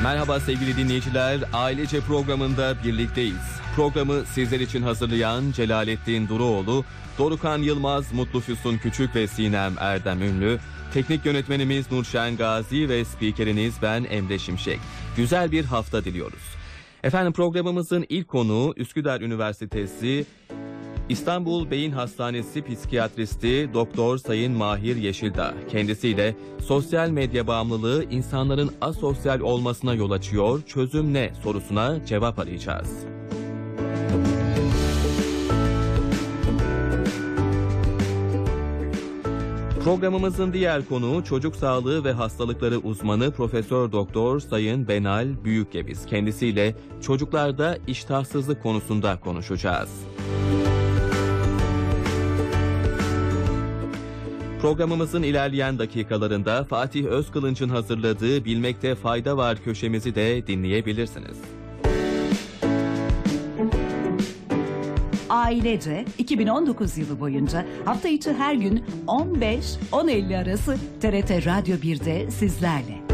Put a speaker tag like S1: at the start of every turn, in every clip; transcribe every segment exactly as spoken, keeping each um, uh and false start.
S1: Merhaba sevgili dinleyiciler, Ailece programında birlikteyiz. Programı sizler için hazırlayan Celalettin Duruoğlu, Dorukhan Yılmaz, Mutlu Füsun Küçük ve Sinem Erdem Ünlü, teknik yönetmenimiz Nurşen Gazi ve spikeriniz ben Emre Şimşek. Güzel bir hafta diliyoruz. Efendim programımızın ilk konuğu Üsküdar Üniversitesi İstanbul Beyin Hastanesi psikiyatristi Doktor Sayın Mahir Yeşildağ. Kendisiyle sosyal medya bağımlılığı insanların asosyal olmasına yol açıyor, çözüm ne sorusuna cevap arayacağız. Programımızın diğer konuğu çocuk sağlığı ve hastalıkları uzmanı Profesör Doktor Sayın Benal Büyükgeviz. Kendisiyle çocuklarda iştahsızlık konusunda konuşacağız. Programımızın ilerleyen dakikalarında Fatih Özkılınç'ın hazırladığı Bilmekte Fayda Var köşemizi de dinleyebilirsiniz.
S2: Ailece iki bin on dokuz yılı boyunca hafta içi her gün on beş on elli arası T R T Radyo bir'de sizlerle.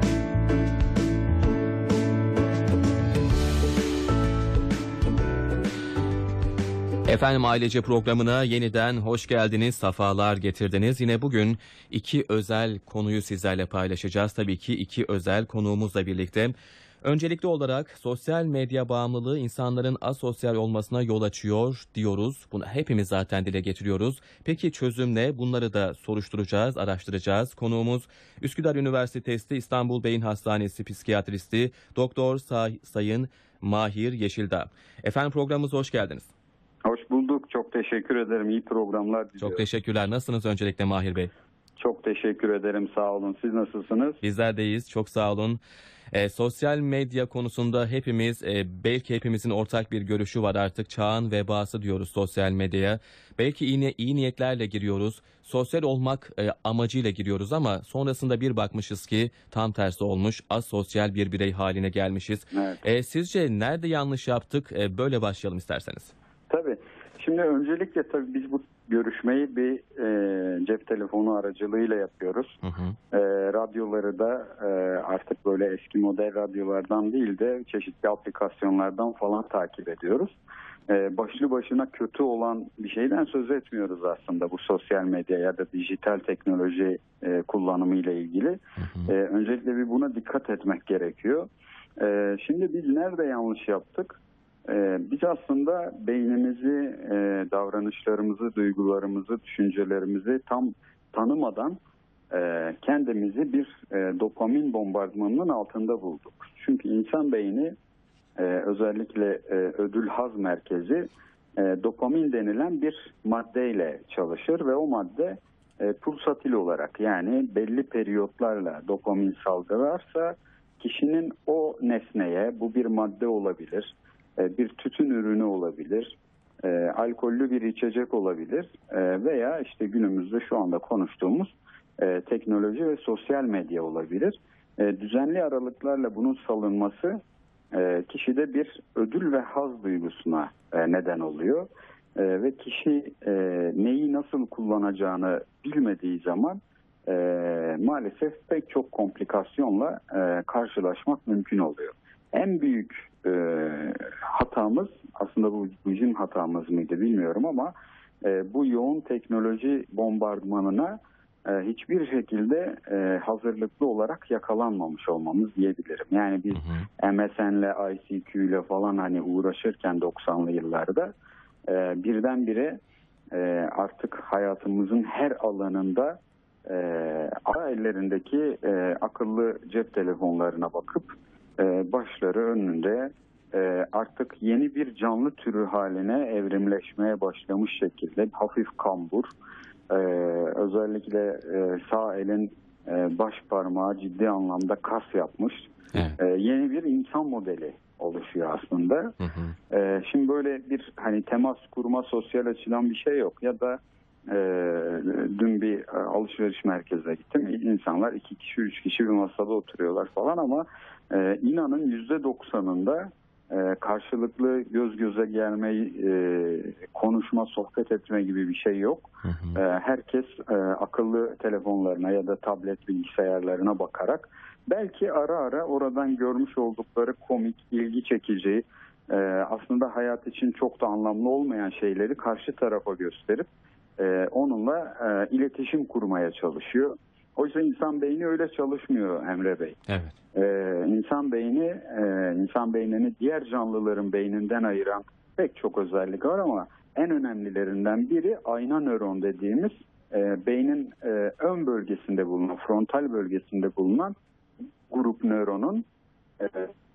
S1: Efendim Ailece programına yeniden hoş geldiniz, safalar getirdiniz. Yine bugün iki özel konuyu sizlerle paylaşacağız. Tabii ki iki özel konuğumuzla birlikte. Öncelikli olarak sosyal medya bağımlılığı insanların asosyal olmasına yol açıyor diyoruz. Bunu hepimiz zaten dile getiriyoruz. Peki çözüm ne? Bunları da soruşturacağız, araştıracağız. Konuğumuz Üsküdar Üniversitesi İstanbul Beyin Hastanesi psikiyatristi Doktor Say- Sayın Mahir Yeşildağ. Efendim programımıza hoş geldiniz.
S3: Hoş bulduk. Çok teşekkür ederim. İyi programlar diliyorum.
S1: Çok teşekkürler. Nasılsınız öncelikle Mahir Bey?
S3: Çok teşekkür ederim. Sağ olun. Siz nasılsınız?
S1: Bizler de iyiyiz. Çok sağ olun. E, sosyal medya konusunda hepimiz, e, belki hepimizin ortak bir görüşü var, artık çağın vebası diyoruz sosyal medyaya. Belki iyi, iyi niyetlerle giriyoruz, sosyal olmak e, amacıyla giriyoruz ama sonrasında bir bakmışız ki tam tersi olmuş, asosyal bir birey haline gelmişiz.
S3: Evet.
S1: E, sizce nerede yanlış yaptık? E, böyle başlayalım isterseniz.
S3: Tabii. Şimdi öncelikle tabii biz bu görüşmeyi bir e, cep telefonu aracılığıyla yapıyoruz.
S1: Hı hı.
S3: E, radyoları da e, artık böyle eski model radyolardan değil de çeşitli aplikasyonlardan falan takip ediyoruz. E, başlı başına kötü olan bir şeyden söz etmiyoruz aslında bu sosyal medya ya da dijital teknoloji e, kullanımı ile ilgili.
S1: Hı hı.
S3: E, öncelikle bir buna dikkat etmek gerekiyor. E, şimdi biz nerede yanlış yaptık? Ee, biz aslında beynimizi, e, davranışlarımızı, duygularımızı, düşüncelerimizi tam tanımadan e, kendimizi bir e, dopamin bombardımanının altında bulduk. Çünkü insan beyni e, özellikle e, ödül haz merkezi e, dopamin denilen bir maddeyle çalışır ve o madde e, pulsatil olarak, yani belli periyotlarla dopamin salgılarsa kişinin o nesneye, bu bir madde olabilir, bir tütün ürünü olabilir, e, alkollü bir içecek olabilir e, veya işte günümüzde şu anda konuştuğumuz e, teknoloji ve sosyal medya olabilir. E, düzenli aralıklarla bunun salınması e, kişide bir ödül ve haz duygusuna e, neden oluyor. E, ve kişi e, neyi nasıl kullanacağını bilmediği zaman e, maalesef pek çok komplikasyonla e, karşılaşmak mümkün oluyor. En büyük e, hatamız, aslında bu bizim hatamız mıydı bilmiyorum ama e, bu yoğun teknoloji bombardımanına e, hiçbir şekilde e, hazırlıklı olarak yakalanmamış olmamız diyebilirim. Yani biz M S N'le, I C Q'yle falan hani uğraşırken doksanlı yıllarda e, birdenbire e, artık hayatımızın her alanında e, ellerindeki e, akıllı cep telefonlarına bakıp başları önünde artık yeni bir canlı türü haline evrimleşmeye başlamış şekilde hafif kambur, özellikle sağ elin baş parmağı ciddi anlamda kas yapmış, evet, yeni bir insan modeli oluşuyor aslında. Hı hı. Şimdi böyle bir hani temas kurma sosyal açıdan bir şey yok ya da e, dün bir alışveriş merkezine gittim. İnsanlar iki kişi, üç kişi bir masada oturuyorlar falan ama e, inanın yüzde doksanında e, karşılıklı göz göze gelme, e, konuşma, sohbet etme gibi bir şey yok. Hı hı. E, herkes e, akıllı telefonlarına ya da tablet bilgisayarlarına bakarak belki ara ara oradan görmüş oldukları komik, ilgi çekici, e, aslında hayat için çok da anlamlı olmayan şeyleri karşı tarafa gösterip e, onunla e, iletişim kurmaya çalışıyor. Oysa insan beyni öyle çalışmıyor Emre Bey.
S1: Evet.
S3: Ee, insan beyni, e, insan beynini diğer canlıların beyninden ayıran pek çok özellik var ama en önemlilerinden biri ayna nöron dediğimiz e, beynin e, ön bölgesinde bulunan, frontal bölgesinde bulunan grup nöronun e,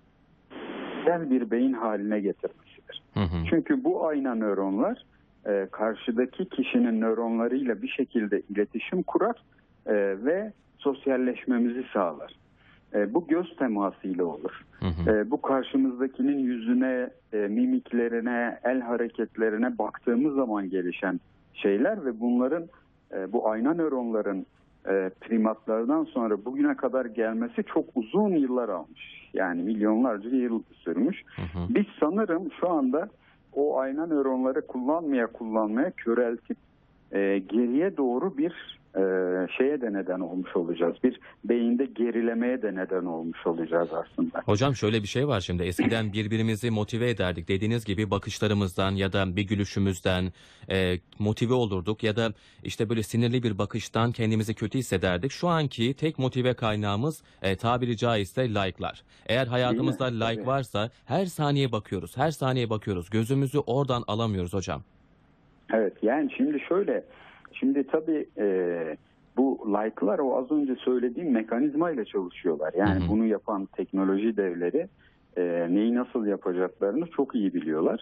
S3: güzel bir beyin haline getirmesidir.
S1: Hı hı.
S3: Çünkü bu ayna nöronlar e, karşıdaki kişinin nöronlarıyla bir şekilde iletişim kurar e, ve sosyalleşmemizi sağlar. E, bu göz temasıyla olur.
S1: Hı hı.
S3: E, bu karşımızdakinin yüzüne, e, mimiklerine, el hareketlerine baktığımız zaman gelişen şeyler ve bunların, e, bu ayna nöronların e, primatlardan sonra bugüne kadar gelmesi çok uzun yıllar almış. Yani milyonlarca yıl sürmüş.
S1: Hı hı.
S3: Biz sanırım şu anda o ayna nöronları kullanmaya kullanmaya köreltip e, geriye doğru bir e, şeye de neden olmuş olacağız. Bir beyinde gerilemeye de neden olmuş olacağız aslında.
S1: Hocam şöyle bir şey var şimdi. Eskiden birbirimizi motive ederdik. Dediğiniz gibi bakışlarımızdan ya da bir gülüşümüzden e, motive olurduk ya da işte böyle sinirli bir bakıştan kendimizi kötü hissederdik. Şu anki tek motive kaynağımız e, tabiri caizse like'lar. Eğer hayatımızda
S3: Değil mi?
S1: like
S3: Tabii.
S1: varsa her saniye bakıyoruz. Her saniye bakıyoruz. Gözümüzü oradan alamıyoruz hocam.
S3: Evet, yani şimdi şöyle, şimdi tabii e, bu like'lar o az önce söylediğim mekanizmayla çalışıyorlar. Yani
S1: Hı hı.
S3: bunu yapan teknoloji devleri e, neyi nasıl yapacaklarını çok iyi biliyorlar.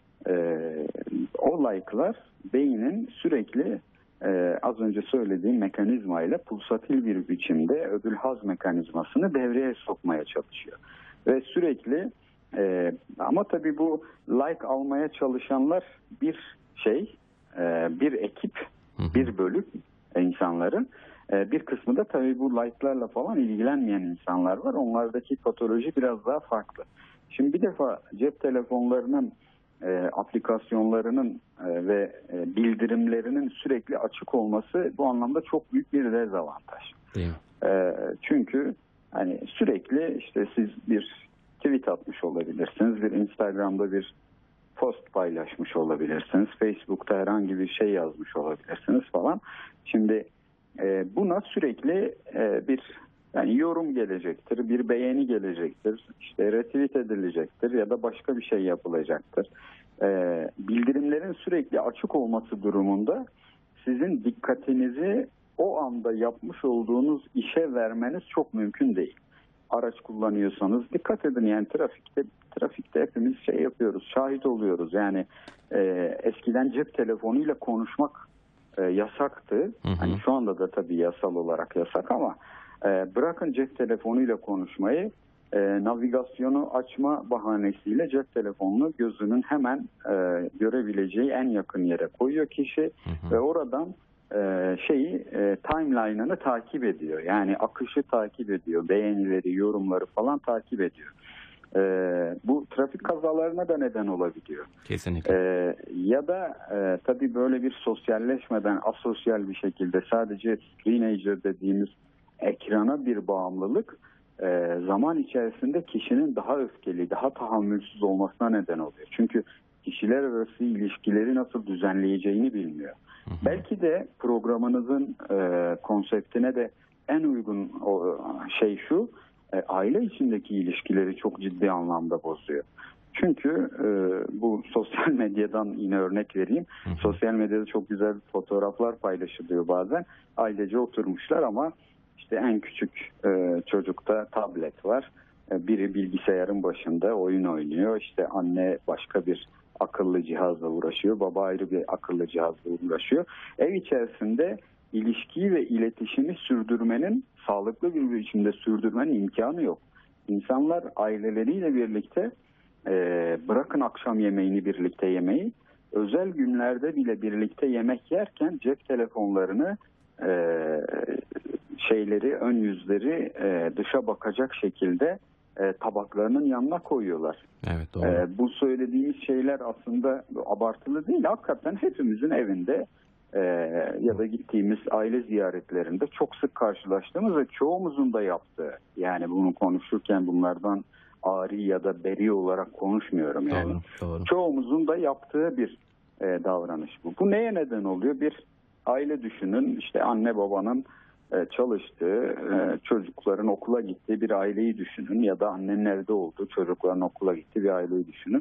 S3: E, o like'lar beynin sürekli e, az önce söylediğim mekanizmayla pulsatil bir biçimde ödül haz mekanizmasını devreye sokmaya çalışıyor. Ve sürekli e, ama tabii bu like almaya çalışanlar bir şey, e, bir ekip,
S1: Hı hı.
S3: bir bölük insanların. E, bir kısmı da tabii bu like'larla falan ilgilenmeyen insanlar var. Onlardaki patoloji biraz daha farklı. Şimdi bir defa cep telefonlarının e, aplikasyonlarının e, ve e, bildirimlerinin sürekli açık olması bu anlamda çok büyük bir dezavantaj.
S1: Değil mi?
S3: E, çünkü hani sürekli işte siz bir tweet atmış olabilirsiniz, bir Instagram'da bir post paylaşmış olabilirsiniz, Facebook'ta herhangi bir şey yazmış olabilirsiniz falan. Şimdi e, buna sürekli e, bir yani yorum gelecektir, bir beğeni gelecektir, işte retweet edilecektir ya da başka bir şey yapılacaktır. E, bildirimlerin sürekli açık olması durumunda sizin dikkatinizi o anda yapmış olduğunuz işe vermeniz çok mümkün değil. Araç kullanıyorsanız dikkat edin, yani trafikte trafikte hepimiz şey yapıyoruz, şahit oluyoruz. Yani e, eskiden cep telefonuyla konuşmak e, yasaktı.
S1: Hı hı.
S3: Hani şu anda da tabii yasal olarak yasak ama e, bırakın cep telefonuyla konuşmayı, e, navigasyonu açma bahanesiyle cep telefonunu gözünün hemen e, görebileceği en yakın yere koyuyor kişi.
S1: Hı hı.
S3: Ve oradan e, şeyi e, timeline'ını takip ediyor. Yani akışı takip ediyor, beğenileri, yorumları falan takip ediyor. E, bu trafik kazalarına da neden olabiliyor.
S1: Kesinlikle.
S3: E, ya da e, tabii böyle bir sosyalleşmeden asosyal bir şekilde sadece screenager dediğimiz ekrana bir bağımlılık e, zaman içerisinde kişinin daha öfkeli, daha tahammülsüz olmasına neden oluyor. Çünkü kişiler arası ilişkileri nasıl düzenleyeceğini bilmiyor.
S1: Hı hı.
S3: Belki de programınızın e, konseptine de en uygun o, şey şu, e, aile içindeki ilişkileri çok ciddi anlamda bozuyor. Çünkü e, bu sosyal medyadan yine örnek vereyim.
S1: Hı hı.
S3: Sosyal medyada çok güzel fotoğraflar paylaşılıyor bazen. Ailece oturmuşlar ama işte en küçük e, çocukta tablet var. E, biri bilgisayarın başında oyun oynuyor. İşte anne başka bir akıllı cihazla uğraşıyor. Baba ayrı bir akıllı cihazla uğraşıyor. Ev içerisinde ilişkiyi ve iletişimi sürdürmenin, sağlıklı bir biçimde sürdürmenin imkanı yok. İnsanlar aileleriyle birlikte e, bırakın akşam yemeğini birlikte yemeyi, özel günlerde bile birlikte yemek yerken cep telefonlarını e, şeyleri, ön yüzleri e, dışa bakacak şekilde e, tabaklarının yanına koyuyorlar.
S1: Evet, doğru.
S3: E, bu söylediğimiz şeyler aslında abartılı değil. Hakikaten hepimizin evinde e, ya da gittiğimiz aile ziyaretlerinde çok sık karşılaştığımız ve çoğumuzun da yaptığı, yani bunu konuşurken bunlardan ari ya da beri olarak konuşmuyorum yani.
S1: Doğru, doğru.
S3: Çoğumuzun da yaptığı bir e, davranış bu. Bu neye neden oluyor? Bir aile düşünün, işte anne babanın e, çalıştığı, e, çocukların okula gittiği bir aileyi düşünün ya da annenin evde olduğu, çocukların okula gittiği bir aileyi düşünün.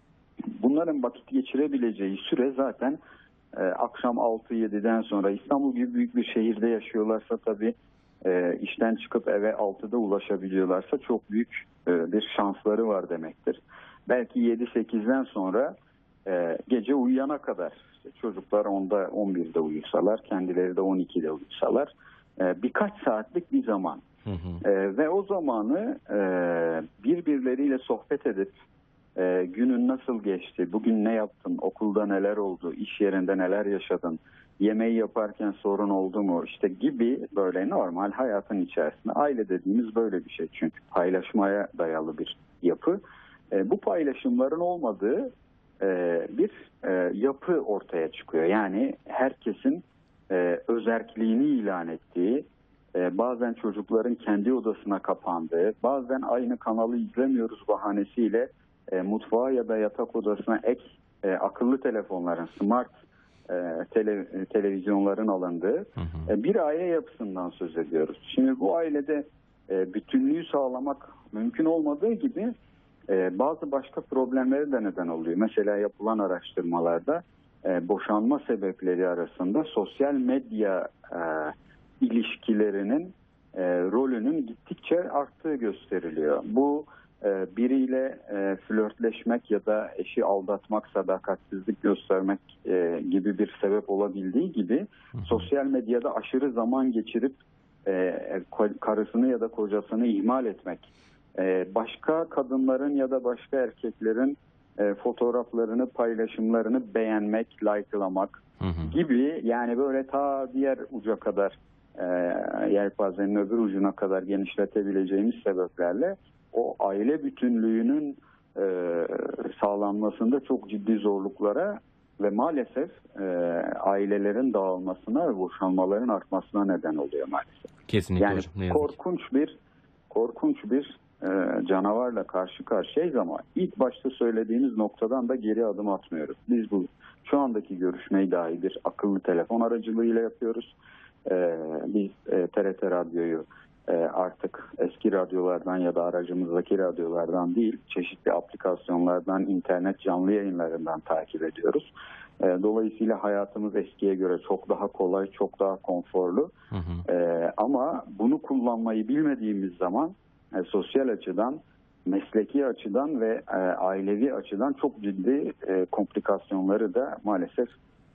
S3: Bunların vakit geçirebileceği süre zaten e, akşam altı yediden sonra. İstanbul gibi büyük bir şehirde yaşıyorlarsa tabii e, işten çıkıp eve altıda ulaşabiliyorlarsa çok büyük e, bir şansları var demektir. Belki yedi sekizden sonra e, gece uyuyana kadar, işte çocuklar onda on birde uyusalar, kendileri de on ikide uyusalar e, birkaç saatlik bir zaman.
S1: Hı hı.
S3: E, ve o zamanı e, birbirleriyle sohbet edip e, günün nasıl geçti, bugün ne yaptın, okulda neler oldu, iş yerinde neler yaşadın, yemeği yaparken sorun oldu mu, işte gibi böyle normal hayatın içerisinde. Aile dediğimiz böyle bir şey, çünkü paylaşmaya dayalı bir yapı. E, bu paylaşımların olmadığı e, bir e, yapı ortaya çıkıyor. Yani herkesin e, özerkliğini ilan ettiği, e, bazen çocukların kendi odasına kapandığı, bazen aynı kanalı izlemiyoruz bahanesiyle e, mutfağa ya da yatak odasına ek e, akıllı telefonların, smart e, tele, televizyonların alındığı hı hı. E, bir aile yapısından söz ediyoruz. Şimdi bu ailede e, bütünlüğü sağlamak mümkün olmadığı gibi e, bazı başka problemleri de neden oluyor. Mesela yapılan araştırmalarda e, boşanma sebepleri arasında sosyal medya e, ilişkilerinin e, rolünün gittikçe arttığı gösteriliyor. Bu e, biriyle e, flörtleşmek ya da eşi aldatmak, sadakatsizlik göstermek e, gibi bir sebep olabildiği gibi hı hı. sosyal medyada aşırı zaman geçirip e, karısını ya da kocasını ihmal etmek, e, başka kadınların ya da başka erkeklerin e, fotoğraflarını, paylaşımlarını beğenmek, like'lamak hı hı. gibi, yani böyle ta diğer uca kadar, e, yelpazenin öbür ucuna kadar genişletebileceğimiz sebeplerle o aile bütünlüğünün e, sağlanmasında çok ciddi zorluklara ve maalesef e, ailelerin dağılmasına ve boşanmaların artmasına neden oluyor maalesef.
S1: Kesinlikle
S3: yani
S1: hocam. Ne
S3: korkunç bir korkunç bir e, canavarla karşı karşıyayız ama ilk başta söylediğimiz noktadan da geri adım atmıyoruz. Biz bu şu andaki görüşmeyi dahi bir akıllı telefon aracılığıyla yapıyoruz. E, biz e, T R T Radyo'yu artık eski radyolardan ya da aracımızdaki radyolardan değil, çeşitli aplikasyonlardan, internet canlı yayınlarından takip ediyoruz. Dolayısıyla hayatımız eskiye göre çok daha kolay, çok daha konforlu. Hı hı. Ama bunu kullanmayı bilmediğimiz zaman sosyal açıdan, mesleki açıdan ve ailevi açıdan çok ciddi komplikasyonları da maalesef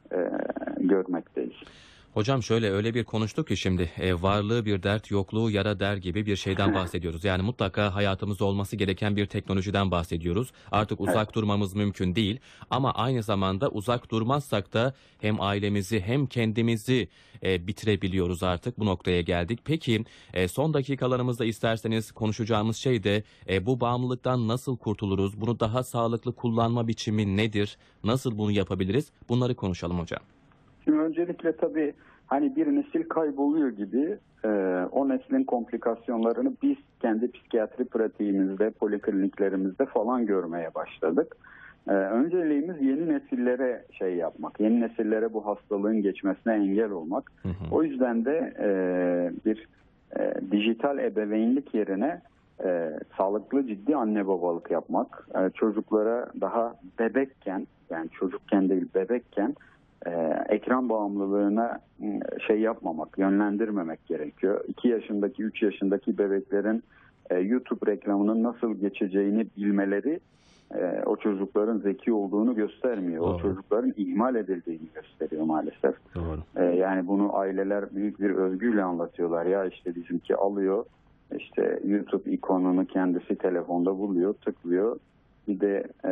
S3: görmekteyiz.
S1: Hocam şöyle öyle bir konuştuk ki şimdi e, varlığı bir dert, yokluğu yara der gibi bir şeyden bahsediyoruz. Yani mutlaka hayatımızda olması gereken bir teknolojiden bahsediyoruz. Artık uzak evet. durmamız mümkün değil ama aynı zamanda uzak durmazsak da hem ailemizi hem kendimizi e, bitirebiliyoruz, artık bu noktaya geldik. Peki e, son dakikalarımızda isterseniz konuşacağımız şey de e, bu bağımlılıktan nasıl kurtuluruz? Bunu daha sağlıklı kullanma biçimi nedir? Nasıl bunu yapabiliriz? Bunları konuşalım hocam.
S3: Şimdi öncelikle tabii hani bir nesil kayboluyor gibi e, o neslin komplikasyonlarını biz kendi psikiyatri pratiğimizde, polikliniklerimizde falan görmeye başladık. E, önceliğimiz yeni nesillere şey yapmak, yeni nesillere bu hastalığın geçmesine engel olmak. Hı hı. O yüzden de e, bir e, dijital ebeveynlik yerine e, sağlıklı ciddi anne babalık yapmak, e, çocuklara daha bebekken, yani çocukken değil bebekken, Ee, ekran bağımlılığına şey yapmamak, yönlendirmemek gerekiyor. iki yaşındaki, üç yaşındaki bebeklerin e, YouTube reklamının nasıl geçeceğini bilmeleri e, o çocukların zeki olduğunu göstermiyor. Doğru. O çocukların ihmal edildiğini gösteriyor maalesef. Doğru. E, yani bunu aileler büyük bir övgüyle anlatıyorlar. Ya işte bizimki alıyor, işte YouTube ikonunu kendisi telefonda buluyor, tıklıyor. Bir de e,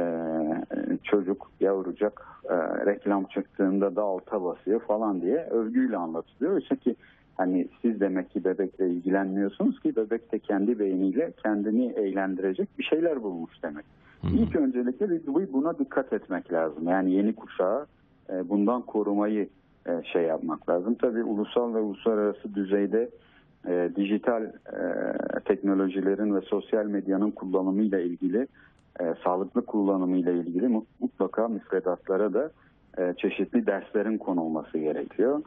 S3: çocuk, yavrucak e, reklam çıktığında da alta basıyor falan diye övgüyle anlatılıyor. Oysa ki hani siz demek ki bebekle ilgilenmiyorsunuz ki bebek de kendi beyniyle kendini eğlendirecek bir şeyler bulmuş demek. Hı hı. İlk öncelikle buna dikkat etmek lazım. Yani yeni kuşağı e, bundan korumayı e, şey yapmak lazım. Tabii ulusal ve uluslararası düzeyde e, dijital e, teknolojilerin ve sosyal medyanın kullanımıyla ilgili, e, sağlıklı kullanımıyla ilgili mutlaka müfredatlara da e, çeşitli derslerin konulması gerekiyor.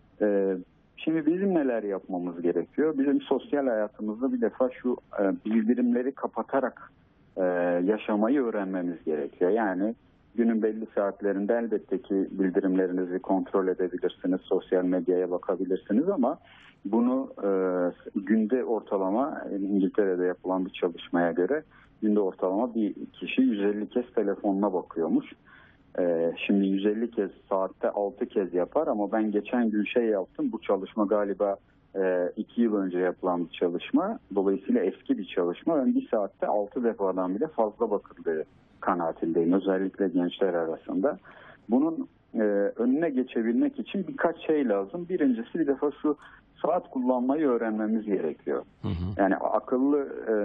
S3: E, şimdi bizim neler yapmamız gerekiyor? Bizim sosyal hayatımızda bir defa şu e, bildirimleri kapatarak e, yaşamayı öğrenmemiz gerekiyor. Yani günün belli saatlerinde elbette ki bildirimlerinizi kontrol edebilirsiniz, sosyal medyaya bakabilirsiniz ama bunu e, günde ortalama, İngiltere'de yapılan bir çalışmaya göre günde ortalama bir kişi yüz elli kez telefonuna bakıyormuş. E, şimdi yüz elli kez saatte altı kez yapar ama ben geçen gün şey yaptım, bu çalışma galiba e, iki yıl önce yapılan bir çalışma. Dolayısıyla eski bir çalışma. Ben bir saatte altı defadan bile fazla bakıldığı kanaatindeyim, özellikle gençler arasında. Bunun e, önüne geçebilmek için birkaç şey lazım. Birincisi bir defa şu saat kullanmayı öğrenmemiz gerekiyor. Hı hı. Yani akıllı e,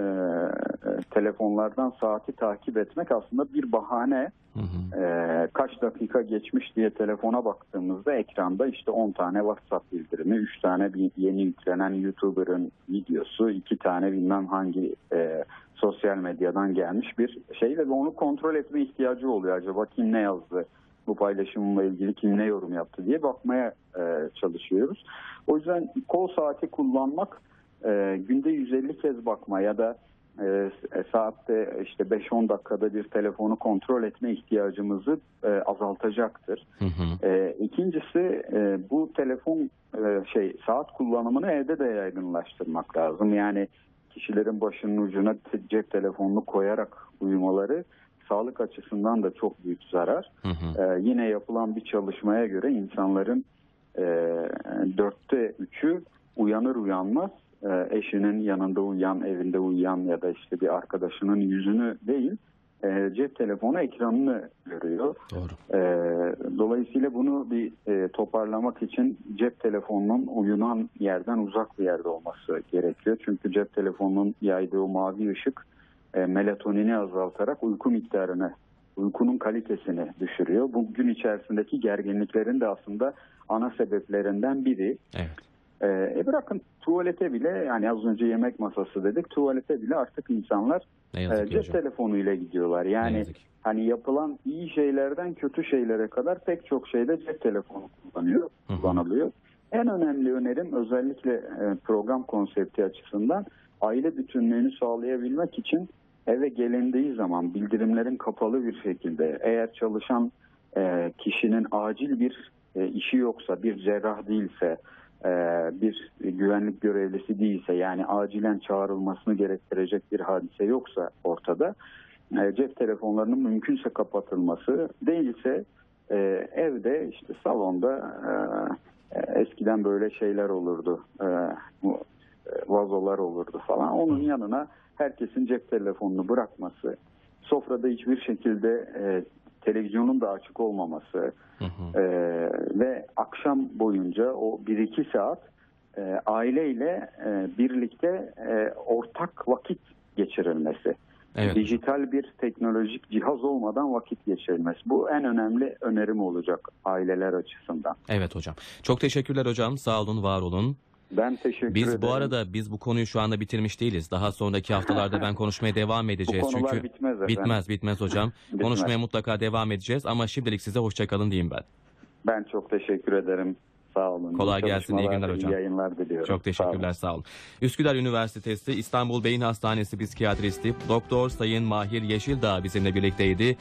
S3: telefonlardan saati takip etmek aslında bir bahane. Hı hı. E, kaç dakika geçmiş diye telefona baktığımızda ekranda işte on tane WhatsApp bildirimi, üç tane bir yeni yüklenen YouTuber'ın videosu, iki tane bilmem hangi e, sosyal medyadan gelmiş bir şey ve onu kontrol etme ihtiyacı oluyor. Acaba kim ne yazdı, bu paylaşımla ilgili kim ne yorum yaptı diye bakmaya e, çalışıyoruz. O yüzden kol saati kullanmak, e, günde yüz elli kez bakma ya da e, saatte işte beş on dakikada bir telefonu kontrol etme ihtiyacımızı e, azaltacaktır. Hı hı. E, ikincisi e, bu telefon e, şey saat kullanımını evde de yaygınlaştırmak lazım. Yani kişilerin başının ucuna cep telefonunu koyarak uyumaları sağlık açısından da çok büyük zarar. Hı hı. Ee, yine yapılan bir çalışmaya göre insanların e, dörtte üçü uyanır uyanmaz e, eşinin yanında uyuyan, evinde uyuyan ya da işte bir arkadaşının yüzünü değil, e, cep telefonu ekranını görüyor. Doğru. E, dolayısıyla bunu bir e, toparlamak için cep telefonunun uyunan yerden uzak bir yerde olması gerekiyor. Çünkü cep telefonunun yaydığı mavi ışık e, melatonini azaltarak uyku miktarını, uykunun kalitesini düşürüyor. Bu gün içerisindeki gerginliklerin de aslında ana sebeplerinden biri. Evet. E, bırakın tuvalete bile, yani az önce yemek masası dedik, tuvalete bile artık insanlar e, cep hocam. telefonuyla gidiyorlar. Yani hani yapılan iyi şeylerden kötü şeylere kadar pek çok şeyde cep telefonu kullanıyor, hı hı. kullanılıyor. En önemli önerim özellikle e, program konsepti açısından aile bütünlüğünü sağlayabilmek için eve gelindiği zaman bildirimlerin kapalı bir şekilde, eğer çalışan e, kişinin acil bir e, işi yoksa, bir cerrah değilse, e, bir güvenlik görevlisi değilse, yani acilen çağrılmasını gerektirecek bir hadise yoksa ortada, e, cep telefonlarının mümkünse kapatılması, değilse e, evde işte salonda e, eskiden böyle şeyler olurdu, e, vazolar olurdu falan, onun yanına herkesin cep telefonunu bırakması, sofrada hiçbir şekilde e, televizyonun da açık olmaması hı hı. E, ve akşam boyunca o bir iki saat e, aileyle e, birlikte e, ortak vakit geçirilmesi. Evet. Dijital bir teknolojik cihaz olmadan vakit geçirilmesi. Bu en önemli önerim olacak aileler açısından.
S1: Evet hocam. Çok teşekkürler hocam. Sağ olun, var olun.
S3: Ben teşekkür
S1: biz
S3: ederim.
S1: Bu arada biz bu konuyu şu anda bitirmiş değiliz. Daha sonraki haftalarda ben konuşmaya devam edeceğiz.
S3: Bu konular
S1: çünkü
S3: bitmez efendim.
S1: Bitmez bitmez hocam. Bitmez. Konuşmaya mutlaka devam edeceğiz ama şimdilik size hoşçakalın diyeyim ben.
S3: Ben çok teşekkür ederim. Sağ olun.
S1: Kolay gelsin. İyi günler hocam.
S3: İyi yayınlar diliyorum.
S1: Çok teşekkürler. Sağ olun. Sağ olun. Üsküdar Üniversitesi İstanbul Beyin Hastanesi Psikiyatristi Doktor Sayın Mahir Yeşildağ bizimle birlikteydi.